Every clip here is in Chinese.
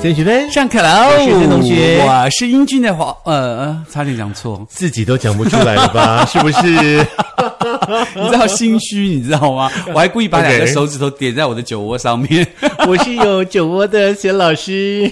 曾学芬上课喽， 我是曾同学， 我是英俊的差点讲错， 自己都讲不出来了吧？是不是？ 你知道心虚，你知道吗？我还故意把2个手指头点在我的酒窝上面。 我是有酒窝的谢老师。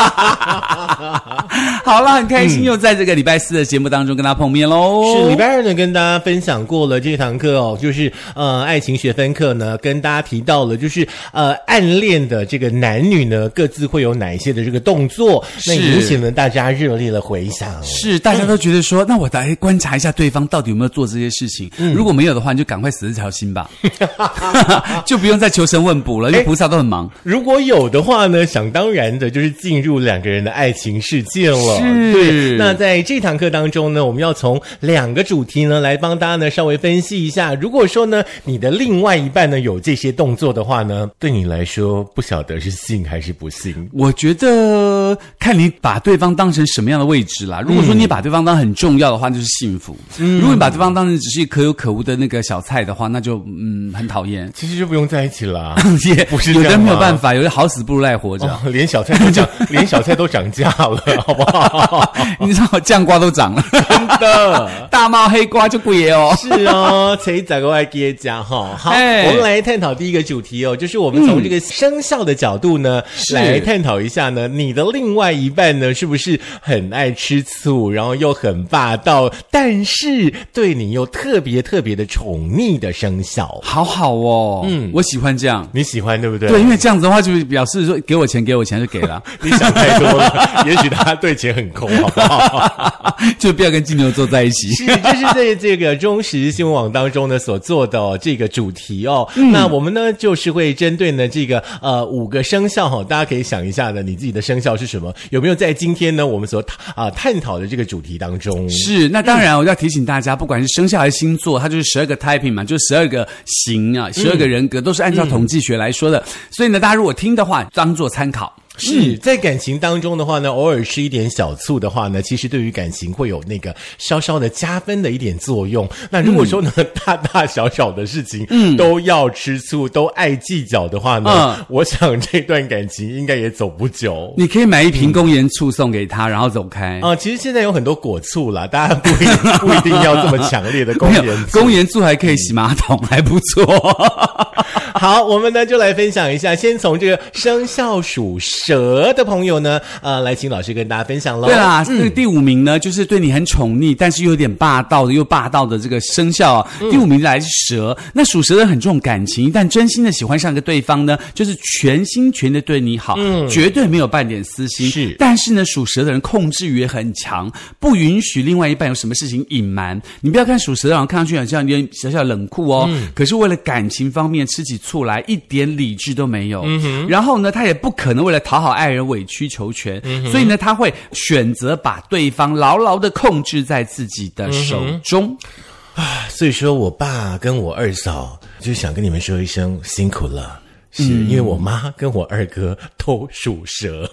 好了，很开心又在这个礼拜4的节目当中跟大家碰面喽。 是礼拜2呢，跟大家分享过了这堂课哦，就是爱情学分课呢，跟大家提到了就是暗恋的这个男女呢，各自会有哪一些的这个动作，那引起了大家热烈的回响。 是，大家都觉得说，那我来观察一下对方到底有没有做这些事情。如果没有的话，你就赶快死这条心吧，就不用再求神问卜了，因为菩萨都很忙。 如果有的话呢，想当然的就是进入2个人的爱情世界了。 是， 对。那在这堂课当中呢，我们要从2个主题呢来帮大家呢稍微分析一下。如果说呢，你的另外一半呢有这些动作的话呢，对你来说不晓得是幸还是不幸。 我觉得看你把对方当成什么样的位置啦。如果说你把对方当很重要的话，就是幸福。如果你把对方当成只是可有可无的那个小菜的话，那就很讨厌。 其实就不用在一起啦。 也不是这样， 有的人没有办法，有的好死不如赖活着。 连小菜都涨价了，好不好？ 你知道酱瓜都涨了， 真的， 大帽黑瓜就贵哦。 是哦，谁找个外给家哈？好，我们来探讨第一个主题哦，就是我们从这个生肖的角度呢，来探讨一下呢，你的另外一半呢，是不是很爱吃醋，然后又很霸道，但是对你又特别特别的宠溺的生肖？ 好好哦，我喜欢这样。 你喜欢对不对？ 对，因为这样子的话，就表示说给我钱就给了。 你想太多了，也许他对钱很抠，好不好？ 就不要跟金牛座在一起。 是，这是在这个中时新闻网当中呢所做的这个主题哦。那我们呢就是会针对呢这个5个生肖哈，大家可以想一下呢，你自己的生肖是什么？有没有在今天呢我们所探讨的这个主题当中？ 是，那当然我要提醒大家，不管是生肖还是星座，它就是12个 typing 嘛，就12个型啊，12个人格都是按照统计学来说的。所以呢，大家如果听的话，当做参考。 是，在感情当中的话呢，偶尔吃一点小醋的话呢，其实对于感情会有那个稍稍的加分的一点作用。那如果说呢，大大小小的事情都要吃醋，都爱计较的话呢，我想这段感情应该也走不久。 你可以买一瓶公盐醋送给他，然后走开。 其实现在有很多果醋啦，大家不一定要这么强烈的公盐醋。 公盐醋还可以洗马桶，还不错。 好，我们呢就来分享一下，先从这个生肖属蛇的朋友呢，来请老师跟大家分享咯。 对啦，这个第5名呢，就是对你很宠溺，但是又有点霸道的这个生肖。第5名来是蛇。那属蛇的很重感情，一旦真心的喜欢上一个对方呢，就是全心全的对你好，绝对没有半点私心。是，但是呢，属蛇的人控制欲也很强，不允许另外一半有什么事情隐瞒。你不要看属蛇的人看上去好像有点小小冷酷哦，可是为了感情方面吃起醋来一点理智都没有。然后呢，他也不可能为了讨好爱人委曲求全，所以呢，他会选择把对方牢牢的控制在自己的手中。 所以说我爸跟我二嫂就想跟你们说一声辛苦了。是因为我妈跟我2哥都属蛇。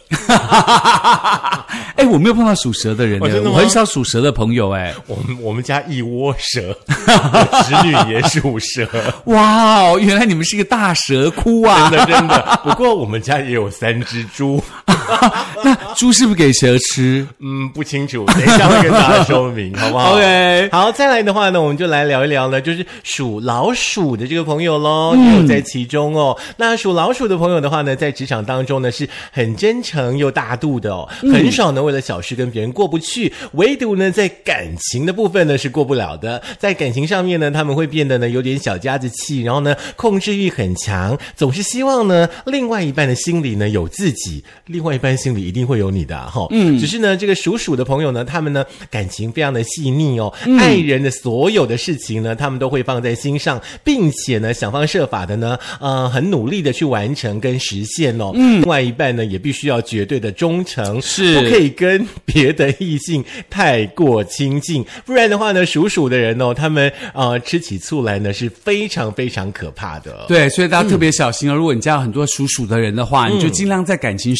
我没有碰到属蛇的人呢，我很少属蛇的朋友。 我们家一窝蛇，我侄女也属蛇。 哇哦，原来你们是一个大蛇窟啊！ 真的。不过我们家也有3只猪。 那猪是不是给蛇吃？ 不清楚，等一下会跟大家说明，好不好 ？OK。 好，再来的话呢，我们就来聊一聊呢，就是属老鼠的这个朋友咯，也有在其中哦。那属老鼠的朋友的话呢，在职场当中呢是很真诚又大度的哦，很少呢为了小事跟别人过不去，唯独呢在感情的部分呢是过不了的。在感情上面呢，他们会变得呢有点小家子气，然后呢控制欲很强，总是希望呢另外一半的心里呢有自己，另外一半心里一定会有你的只是呢这个属鼠的朋友呢，他们呢感情非常的细腻哦，爱人的所有的事情呢，他们都会放在心上，并且呢想方设法的呢很努力的去完成跟实现哦。另外一半呢也必须要绝对的忠诚，是不可以跟别的异性太过亲近，不然的话呢属鼠的人哦，他们吃起醋来呢是非常非常可怕的。 对，所以大家特别小心哦。如果你家有很多属鼠的人的话，你就尽量在感情上呢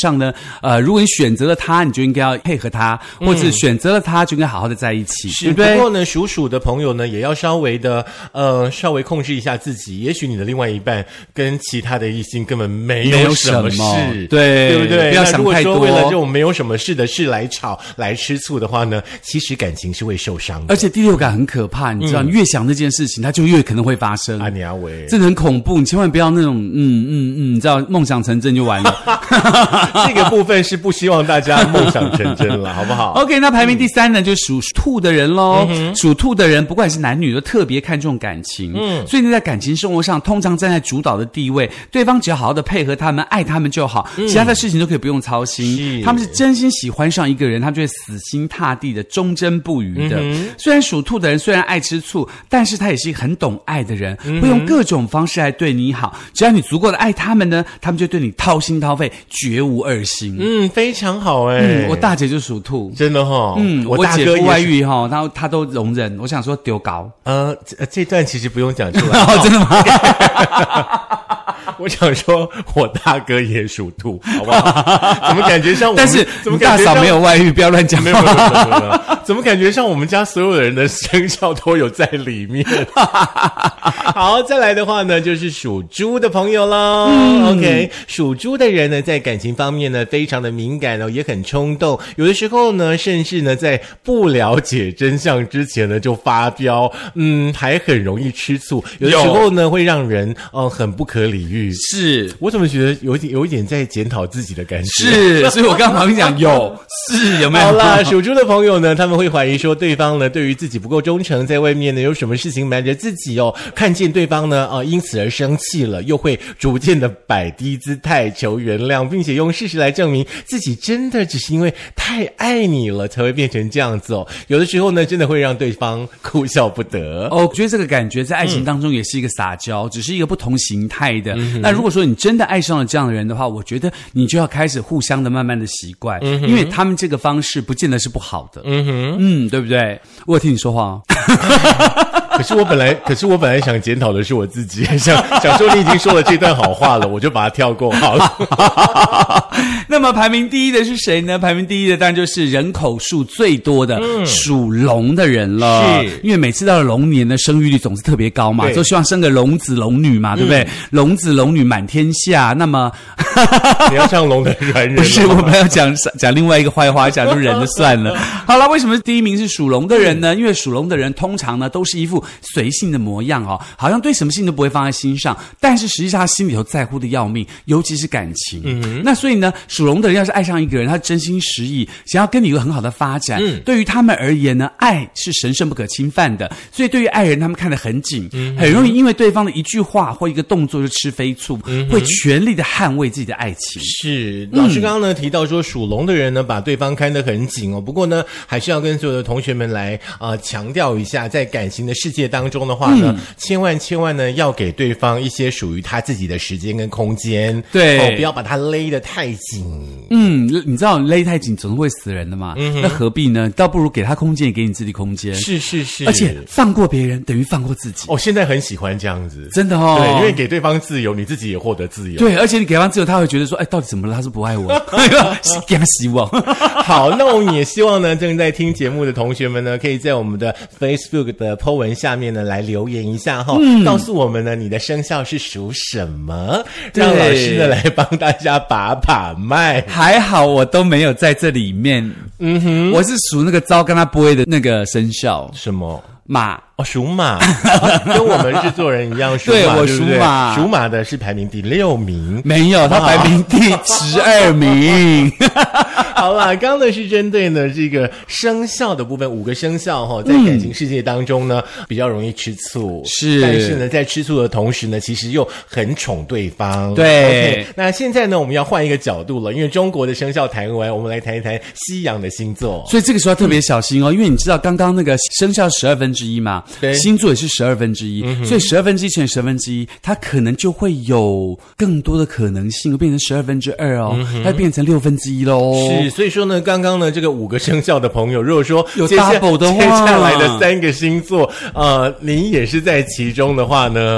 如果你选择了他，你就应该要配合他，或者选择了他就应该好好的在一起， 是， 对不对？ 不过呢，属的朋友呢，也要稍微控制一下自己。也许你的另外一半跟其他的异性根本没有什么事，对不对？ 不要想太多。 如果说为了这种没有什么事的事来吵来吃醋的话呢，其实感情是会受伤的。 而且第六感很可怕，你知道，你越想这件事情，它就越可能会发生。 啊，你阿伟， 真的很恐怖，你千万不要那种你知道，梦想成真就完了。 这个部分是不希望大家梦想成真了，好不好 ？OK， 那排名第3呢，就是属兔的人咯。属兔的人不管是男女都特别看重感情，所以呢，在感情生活上通常站在主导的地位，对方只要好好的配合他们、爱他们就好，其他的事情都可以不用操心。他们是真心喜欢上一个人，他就会死心塌地的、忠贞不渝的。虽然属兔的人虽然爱吃醋，但是他也是一个很懂爱的人，会用各种方式来对你好。只要你足够的爱他们呢，他们就对你掏心掏肺，绝无二心。 非常好我大姐就属兔， 真的哈。 我姐夫外遇哈，他都容忍。我想说丢高。 这段其实不用讲出来。 真的吗？ 我想说，我大哥也属兔，好不好？怎么感觉像我们？ 但是怎么大嫂没有外遇，不要乱讲。 没有。怎么感觉像我们家所有的人的生肖都有在里面？好，再来的话呢，就是属猪的朋友咯。OK， 属猪的人呢，在感情方面呢，非常的敏感也很冲动，有的时候呢，甚至呢，在不了解真相之前呢，就发飙，还很容易吃醋，有的时候呢，会让人很不可理喻。 是， 我怎么觉得有一点在检讨自己的感觉？ 是，所以我刚刚旁边讲有没有？ 好啦，属猪的朋友呢，他们会怀疑说对方呢对于自己不够忠诚，在外面呢有什么事情瞒着自己看见对方呢因此而生气了，又会逐渐的摆低姿态求原谅，并且用事实来证明自己真的只是因为太爱你了才会变成这样子有的时候呢真的会让对方哭笑不得。 我觉得这个感觉在爱情当中也是一个撒娇，只是一个不同形态的。那如果说你真的爱上了这样的人的话，我觉得你就要开始互相的慢慢的习惯，因为他们这个方式不见得是不好的。对不对？我有听你说话可是我本来想检讨的是我自己，想说你已经说了这段好话了，我就把它跳过好了。 那么排名第1的是谁呢？排名第1的当然就是人口数最多的属龙的人了。是，因为每次到了龙年呢，生育率总是特别高嘛，就希望生个龙子龙女嘛，对不对？龙子龙女满天下。那么你要唱龙的软人？ 不是，我们要讲另外一个坏话，讲就人的算了。好了，为什么第1名是属龙的人呢？因为属龙的人通常呢都是一副随性的模样好像对什么事情都不会放在心上，但是实际上他心里头在乎的要命，尤其是感情。那所以呢，属龙的人要是爱上一个人，他真心实意想要跟你有个很好的发展，对于他们而言呢，爱是神圣不可侵犯的，所以对于爱人他们看得很紧，很容易因为对方的一句话或一个动作就吃飞醋，会全力的捍卫自己的爱情。 是，老师刚刚呢提到说属龙的人呢把对方看得很紧不过呢还是要跟所有的同学们来强调一下，在感情的世界当中的话呢，千万呢要给对方一些属于他自己的时间跟空间， 对， 不要把他勒得太紧。 你知道勒太紧总是会死人的嘛，那何必呢？倒不如给他空间，也给你自己空间。 是， 而且放过别人等于放过自己。 现在很喜欢这样子， 真的对，因为给对方自由，你自己也获得自由。 对，而且你给对方自由，他会觉得说，到底怎么了？他是不爱我，给他希望。 好，那我们也希望呢，正在听节目的同学们呢，可以在我们的 Facebook 的 po 文下面呢来留言一下告诉我们呢你的生肖是属什么，让老师呢来帮大家把脉。 还好我都没有在这里面，我是属那个糟跟他不会的那个生肖。 什么？ 马。 属马跟我们制作人一样属马。 对，我属马。 属马的是排名第6名。 没有，他排名第12名。 好啦，刚刚呢是针对呢这个生肖的部分，5个生肖在感情世界当中呢比较容易吃醋， 是， 但是呢在吃醋的同时呢其实又很宠对方。 对， okay， 那现在呢我们要换一个角度了，因为中国的生肖谈完，我们来谈一谈西洋的星座。 所以这个时候要特别小心因为你知道刚刚那个生肖1/12嘛，对，星座也是1/12，所以1/12乘以1/12，它可能就会有更多的可能性，变成12/2它变成1/6咯。 是，所以说呢，刚刚呢这个5个生肖的朋友，如果说有 double 的话， 接下来的3个星座，你也是在其中的话呢，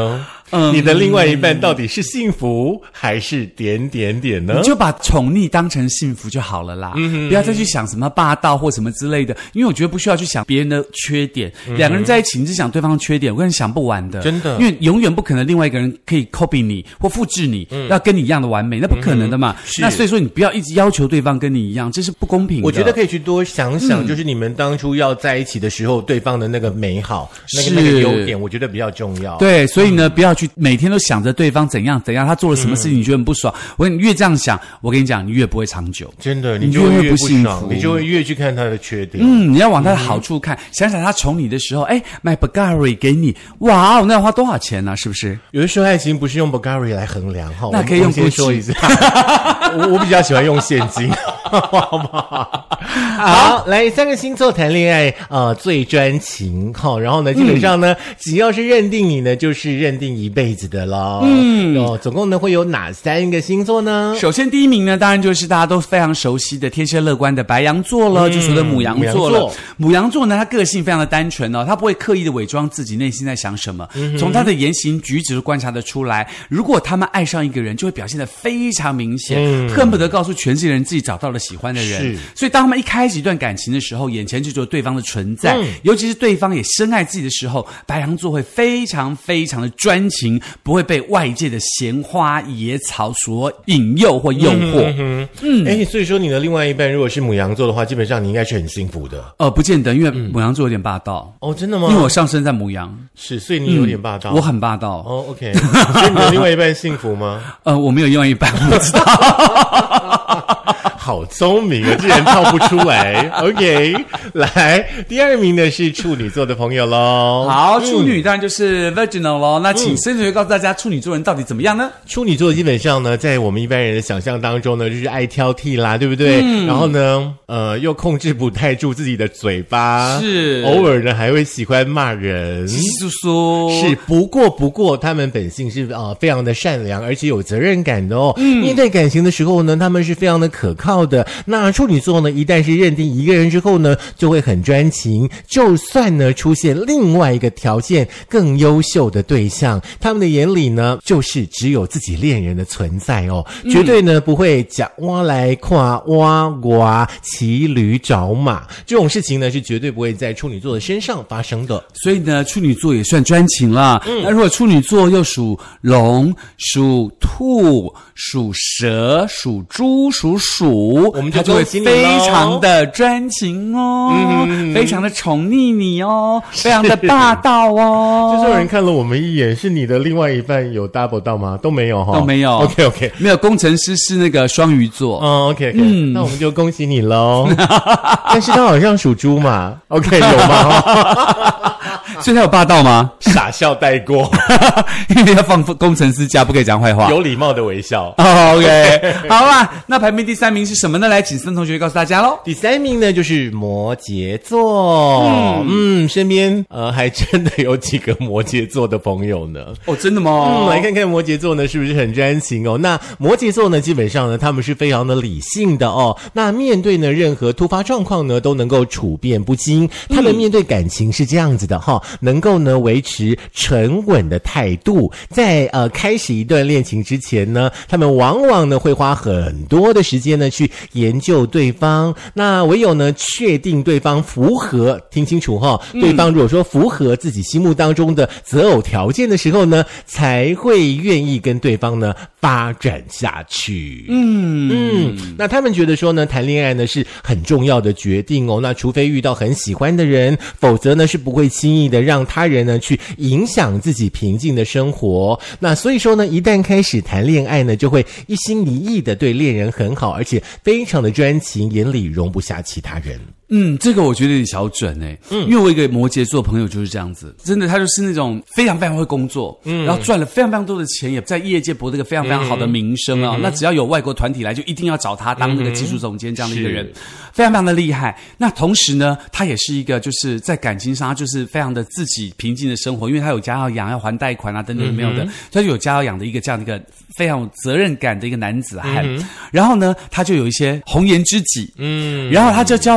你的另外一半到底是幸福还是点点点呢？ 你就把宠溺当成幸福就好了啦，不要再去想什么霸道或什么之类的，因为我觉得不需要去想别人的缺点，两个人在一起你只想对方的缺点，我跟你想不完的， 真的， 因为永远不可能另外一个人可以 copy 你或复制你，要跟你一样的完美，那不可能的嘛。那所以说你不要一直要求对方跟你一样，这是不公平的。 我觉得可以去多想想，就是你们当初要在一起的时候，对方的那个美好，那个优点，我觉得比较重要。 对，所以呢，不要去每天都想着对方怎样怎样，他做了什么事情你觉得很不爽。你越这样想，我跟你讲，你越不会长久。 真的，你就会越不幸福，你就会越去看他的缺点。 你要往他的好处看，想想他宠你的时候，买 Bulgari 给你，哇，那要花多少钱呢？是不是？ 有的时候爱情不是用 Bulgari 来衡量哈， 那可以用先说一下。我比较喜欢用现金，好不好？好，来3个星座谈恋爱，最专情哈。然后呢，基本上呢，只要是认定你呢，就是认定一辈子的咯。总共呢会有哪3个星座呢？ 首先第一名呢，当然就是大家都非常熟悉的天蝎乐观的白羊座了，就说的牡羊座了。牡羊座呢，他个性非常的单纯哦，他不会刻意的伪装自己内心在想什么，从他的言行举止都观察得出来。如果他们爱上一个人，就会表现得非常明显，恨不得告诉全世界人自己找到了喜欢的人。所以当他们一开始一段感情的时候，眼前就只有对方的存在，尤其是对方也深爱自己的时候，白羊座会非常非常的专情，不会被外界的闲花野草所引诱或诱惑。 所以说你的另外一半如果是牡羊座的话，基本上你应该是很幸福的。 不见得，因为牡羊座有点霸道。 真的吗？ 因为我上升在牡羊， 是，所以你有点霸道。 我很霸道。 OK， 所以你的另外一半幸福吗？ 我没有另外一半，我不知道。 好聪明啊，竟然套不出来。OK， 来，第2名呢是处女座的朋友咯。 好，处女当然就是 Virginal 咯。那请森同学告诉大家，处女座人到底怎么样呢？ 处女座基本上呢，在我们一般人的想象当中呢，就是爱挑剔啦，对不对？然后呢，又控制不太住自己的嘴巴， 是， 偶尔呢还会喜欢骂人， 稀稀疏疏。 是，不过他们本性是非常的善良，而且有责任感的哦。面对感情的时候呢，他们是非常的可靠的。那处女座呢，一旦是认定一个人之后呢，就会很专情，就算呢出现另外一个条件更优秀的对象，他们的眼里呢就是只有自己恋人的存在哦，绝对呢不会讲挖来跨挖瓜骑驴找马，这种事情呢是绝对不会在处女座的身上发生的。 所以呢，处女座也算专情啦。那如果处女座又属龙、属兔、属蛇、属猪、属鼠， 我们就就会非常的专情哦，非常的宠溺你哦，非常的霸道哦。 就是有人看了我们一眼，是你的另外一半有 double 到吗？都没有哈， 都没有。 OK， 没有。工程师是那个双鱼座。 OK， 那我们就恭喜你喽。但是他好像属猪嘛。OK， 有吗？ 所以他有霸道吗？ 傻笑带过， 因为要放工程师假，不可以讲坏话。 有礼貌的微笑。 OK， 好啦，那排名第3名是什么呢？来，请森同学告诉大家咯。 第3名呢就是摩羯座。身边还真的有几个摩羯座的朋友呢。 真的吗？ 来看看摩羯座呢是不是很专情哦。那摩羯座呢基本上呢他们是非常的理性的哦。那面对呢任何突发状况呢都能够处变不惊。他们面对感情是这样子的哈，能够呢维持沉稳的态度。在开始一段恋情之前呢，他们往往呢会花很多的时间呢去研究对方。那唯有呢确定对方符合，听清楚哈，对方如果说符合自己心目当中的择偶条件的时候呢，才会愿意跟对方呢发展下去。那他们觉得说呢，谈恋爱呢是很重要的决定哦。那除非遇到很喜欢的人，否则呢是不会轻易的让他人呢去影响自己平静的生活。那所以说呢，一旦开始谈恋爱呢，就会一心一意的对恋人很好，而且非常的专情，眼里容不下其他人。 这个我觉得有点小准因为我一个摩羯座朋友就是这样子，真的他就是那种非常非常会工作，然后赚了非常非常多的钱，也在业界博得一个非常非常好的名声啊。那只要有外国团体来，就一定要找他当那个技术总监这样的一个人，非常非常的厉害。那同时呢，他也是一个就是在感情上他就是非常的自己平静的生活，因为他有家要养，要还贷款啊等等没有的，他就有家要养的一个这样的一个非常有责任感的一个男子汉。然后呢，他就有一些红颜知己，然后他就交往很多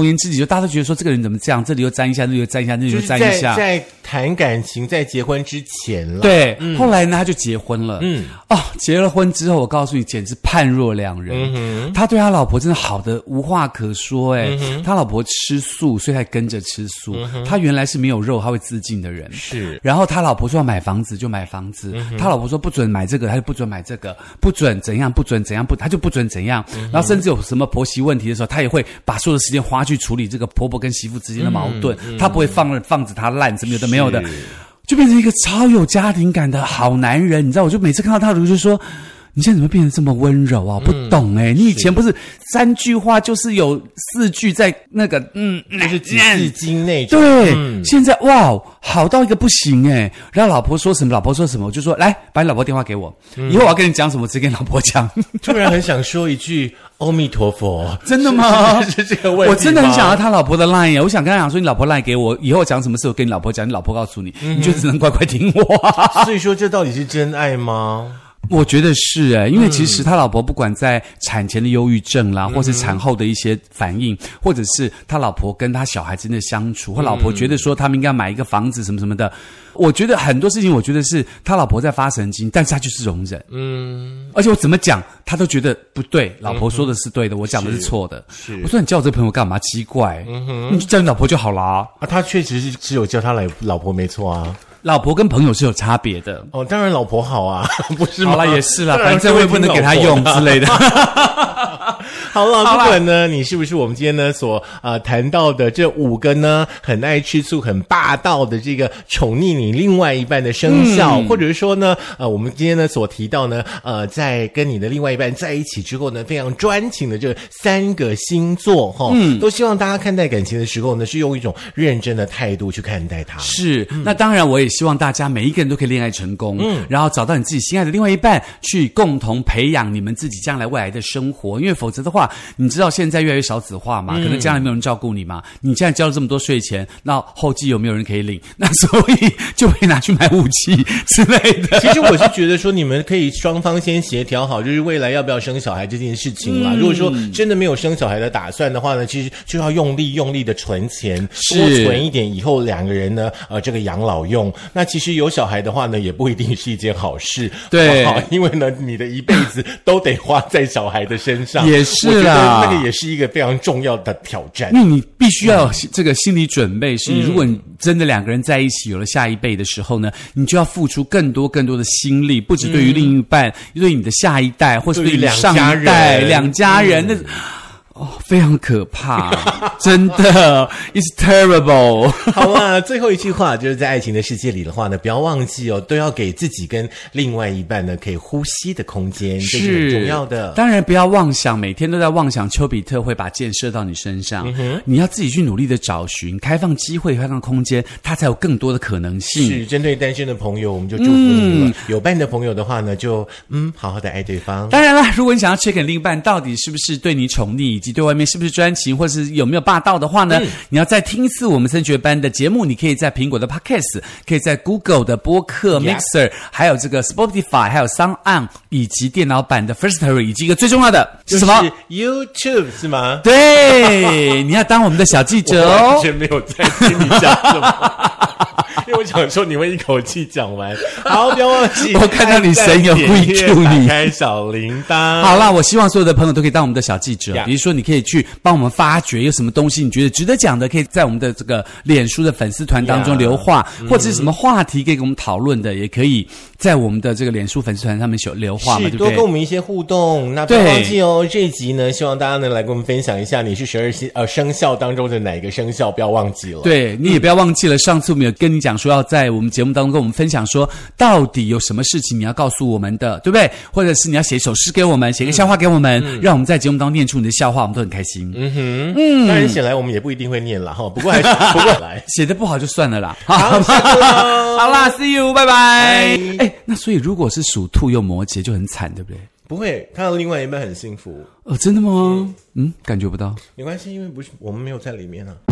红颜知己，就大家都觉得说这个人怎么这样，这里又沾一下，那里又沾一下，那里又沾一下。 在谈感情，在结婚之前了。 对，后来呢他就结婚了。结了婚之后，我告诉你，简直判若两人。他对他老婆真的好的无话可说。他老婆吃素，所以他跟着吃素。他原来是没有肉，他会自尽的人。 是。 然后他老婆说要买房子就买房子，他老婆说不准买这个，他就不准买这个，不准怎样，不准怎样，他就不准怎样。然后甚至有什么婆媳问题的时候，他也会把所有的时间花去处理这个婆婆跟媳妇之间的矛盾。他不会放着他烂，什么有的没有的，就变成一个超有家庭感的好男人。你知道，我就每次看到他，我就说，你现在怎么变得这么温柔啊？我不懂你以前不是3句话就是有4句在那个就是几字经那种。 对，现在哇好到一个不行然后老婆说什么，我就说来把你老婆电话给我，以后我要跟你讲什么，直接跟老婆讲。 突然很想说一句阿弥陀佛。 真的吗？ 是这个问题吗？ 我真的很想要他老婆的 line 我想跟他讲说，你老婆 line 给我，以后讲什么事我跟你老婆讲，你老婆告诉你，你就只能乖乖听我。 所以说这到底是真爱吗？ 我觉得是因为其实他老婆不管在产前的忧郁症啦，或是产后的一些反应，或者是他老婆跟他小孩之间的相处，或老婆觉得说他们应该买一个房子什么什么的，我觉得很多事情，我觉得是他老婆在发神经，但是他就是容忍。而且我怎么讲，他都觉得不对，老婆说的是对的，我讲的是错的。 是， 我说你叫我这个朋友干嘛？奇怪，你就叫你老婆就好啦。 他确实是只有叫他老婆没错啊。 老婆跟朋友是有差别的当然老婆好啊，不是吗？ 好啦，也是啦，反正我也不能给他用之类的。 好了，不管呢你是不是我们今天呢所谈到的这5个呢很爱吃醋、很霸道的这个宠溺你另外一半的生肖，或者是说呢我们今天呢所提到呢在跟你的另外一半在一起之后呢非常专情的这3个星座都希望大家看待感情的时候呢是用一种认真的态度去看待它。 是，那当然我也希望大家每一个人都可以恋爱成功，然后找到你自己心爱的另外一半，去共同培养你们自己将来未来的生活。因为否则的话，你知道现在越来越少子化嘛，可能将来没有人照顾你嘛，你现在交了这么多税钱，那后继有没有人可以领？那所以就会拿去买武器之类的。 其实我是觉得说你们可以双方先协调好，就是未来要不要生小孩这件事情啦。如果说真的没有生小孩的打算的话呢，其实就要用力的存钱，多存一点，以后2个人呢这个养老用。那其实有小孩的话呢，也不一定是一件好事。 对， 因为呢，你的一辈子都得花在小孩的身上。 也是啦， 我觉得那个也是一个非常重要的挑战。 因为你必须要有这个心理准备，是如果你真的2个人在一起有了下一辈的时候呢，你就要付出更多的心力，不只对于另一半，对你的下一代，或是对你上一代2家人那。非常可怕，真的 ，It's terrible。 好啦，最后一句话就是在爱情的世界里的话呢，不要忘记都要给自己跟另外一半呢可以呼吸的空间，这是很重要的。 当然不要妄想，每天都在妄想丘比特会把箭射到你身上。你要自己去努力的找寻，开放机会，开放空间，它才有更多的可能性。 是，针对单身的朋友，我们就祝福你了。有伴的朋友的话呢，就好好的爱对方。 当然啦，如果你想要 check 另一半到底是不是对你宠溺，以及对外面是不是专情，或是有没有霸道的话呢，你要再听一次我们升学班的节目。你可以在苹果的 Podcast， 可以在 Google 的播客 Mixer， 还有这个 Spotify， 还有 SoundOn， 以及电脑版的 Firstory， 以及一个最重要的是什么？ 就是 YouTube 是吗？ 对，你要当我们的小记者我完全没有在听你讲什么。因为我想说你会一口气讲完。好，不要忘记我看到你神有会 Q 你， 打开小铃铛。 好啦，我希望所有的朋友都可以当我们的小记者。比如说你可以去帮我们发掘有什么东西你觉得值得讲的，可以在我们的这个脸书的粉丝团当中留话，或者是什么话题可以跟我们讨论的，也可以在我们的这个脸书粉丝团上面留话嘛，对不对？ 多跟我们一些互动。那不要忘记这一集呢，希望大家呢来跟我们分享一下你是12生肖当中的哪个生肖，不要忘记了。 对，你也不要忘记了，上次我们有跟你讲说要在我们节目当中跟我们分享说到底有什么事情你要告诉我们的，对不对？或者是你要写首诗给我们，写个笑话给我们，让我们在节目当中念出你的笑话，我们都很开心。 当然写来我们也不一定会念啦，不过来写得不好就算了啦。 好， 好啦 ，See you， 拜拜。那所以如果是属兔又摩羯就很惨，对不对？ 不会，看到另外一半很幸福。 真的吗？感觉不到。 没关系，因为不是我们没有在里面啊。